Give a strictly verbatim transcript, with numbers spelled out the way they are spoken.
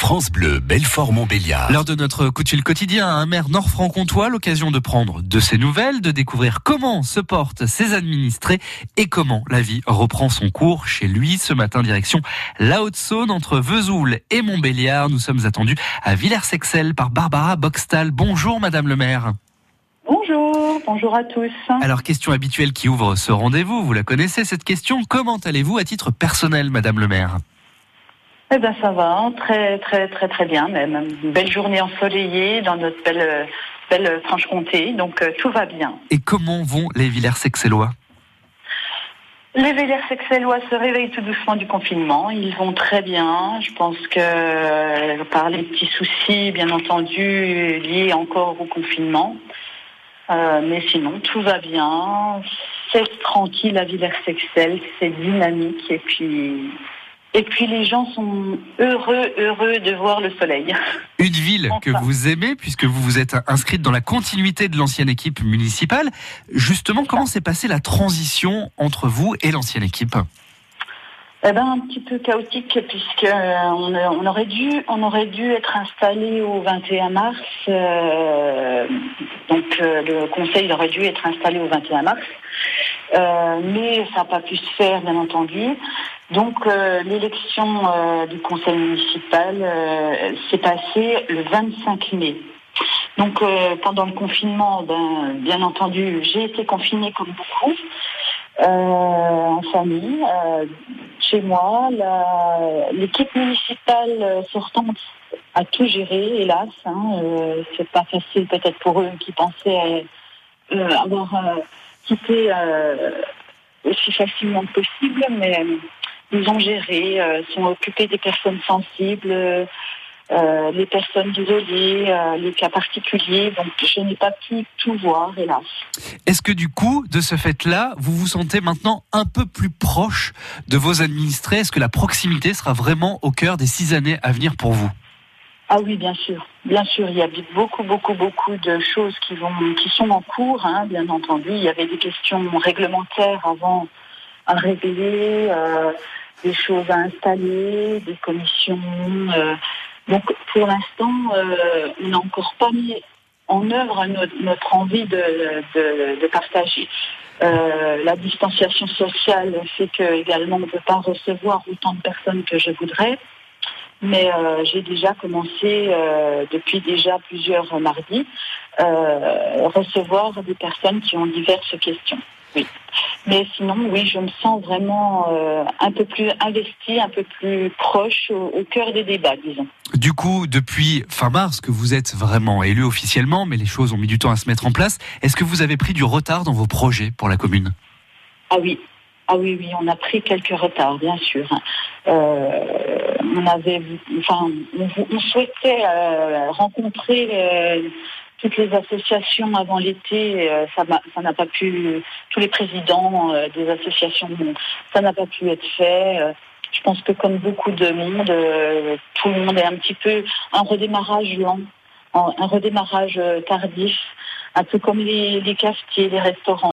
France Bleu, Belfort-Montbéliard. Lors de notre coup de fil quotidien, un maire nord-franc-comtois, l'occasion de prendre de ses nouvelles, de découvrir comment se portent ses administrés et comment la vie reprend son cours chez lui. Ce matin, direction la Haute-Saône, entre Vesoul et Montbéliard. Nous sommes attendus à Villers-Sexcel par Barbara Boxtal. Bonjour Madame le maire. Bonjour, bonjour à tous. Alors, question habituelle qui ouvre ce rendez-vous, vous la connaissez cette question. Comment allez-vous à titre personnel, Madame le maire ? Eh ben ça va, très très très très bien même. Une belle journée ensoleillée dans notre belle, belle Franche-Comté, donc euh, tout va bien. Et comment vont les Villers-Sexcellois ? Les Villers-Sexcellois se réveillent tout doucement du confinement. Ils vont très bien. Je pense que euh, par les petits soucis, bien entendu, liés encore au confinement. Euh, mais sinon, tout va bien. C'est tranquille à Villers-Sexcel, c'est dynamique et puis... Et puis les gens sont heureux, heureux de voir le soleil. Une ville enfin. que vous aimez, puisque vous vous êtes inscrite dans la continuité de l'ancienne équipe municipale. Justement, comment s'est passée la transition entre vous et l'ancienne équipe ? Eh ben, un petit peu chaotique, puisque euh, on, on aurait dû, on aurait dû être installé au vingt et un mars. Euh, donc euh, le conseil aurait dû être installé au vingt et un mars, euh, mais ça n'a pas pu se faire, bien entendu. Donc euh, l'élection euh, du conseil municipal euh, s'est passée le vingt-cinq mai. Donc euh, pendant le confinement, ben, bien entendu, j'ai été confinée comme beaucoup, euh, en famille, euh, chez moi. La, l'équipe municipale sortante a tout géré, hélas. Hein, euh, c'est pas facile peut-être pour eux qui pensaient euh, avoir euh, quitté euh, aussi facilement que possible, mais ils ont géré, euh, sont occupés des personnes sensibles, euh, les personnes isolées, euh, les cas particuliers. Donc, je n'ai pas pu tout voir, hélas. Est-ce que du coup, de ce fait-là, vous vous sentez maintenant un peu plus proche de vos administrés ? Est-ce que la proximité sera vraiment au cœur des six années à venir pour vous ? Ah oui, bien sûr. Bien sûr, il y a beaucoup, beaucoup, beaucoup de choses qui vont, qui sont en cours, hein, bien entendu. Il y avait des questions réglementaires avant à régler, euh, des choses à installer, des commissions. Euh, donc, pour l'instant, euh, on n'a encore pas mis en œuvre notre, notre envie de, de, de partager. Euh, la distanciation sociale fait que également on ne peut pas recevoir autant de personnes que je voudrais. Mais euh, j'ai déjà commencé, euh, depuis déjà plusieurs mardis, euh, recevoir des personnes qui ont diverses questions. Oui. Mais sinon, oui, je me sens vraiment euh, un peu plus investie, un peu plus proche au, au cœur des débats, disons. Du coup, depuis fin mars, que vous êtes vraiment élu officiellement, mais les choses ont mis du temps à se mettre en place, est-ce que vous avez pris du retard dans vos projets pour la commune ? Ah oui. Ah oui, oui, on a pris quelques retards, bien sûr. Euh, on avait, enfin, on, on souhaitait euh, rencontrer euh, toutes les associations avant l'été. Euh, ça, ça n'a pas pu. Tous les présidents euh, des associations, ça n'a pas pu être fait. Euh, je pense que comme beaucoup de monde, euh, tout le monde est un petit peu un redémarrage lent, un redémarrage tardif, un peu comme les, les cafetiers, les restaurants.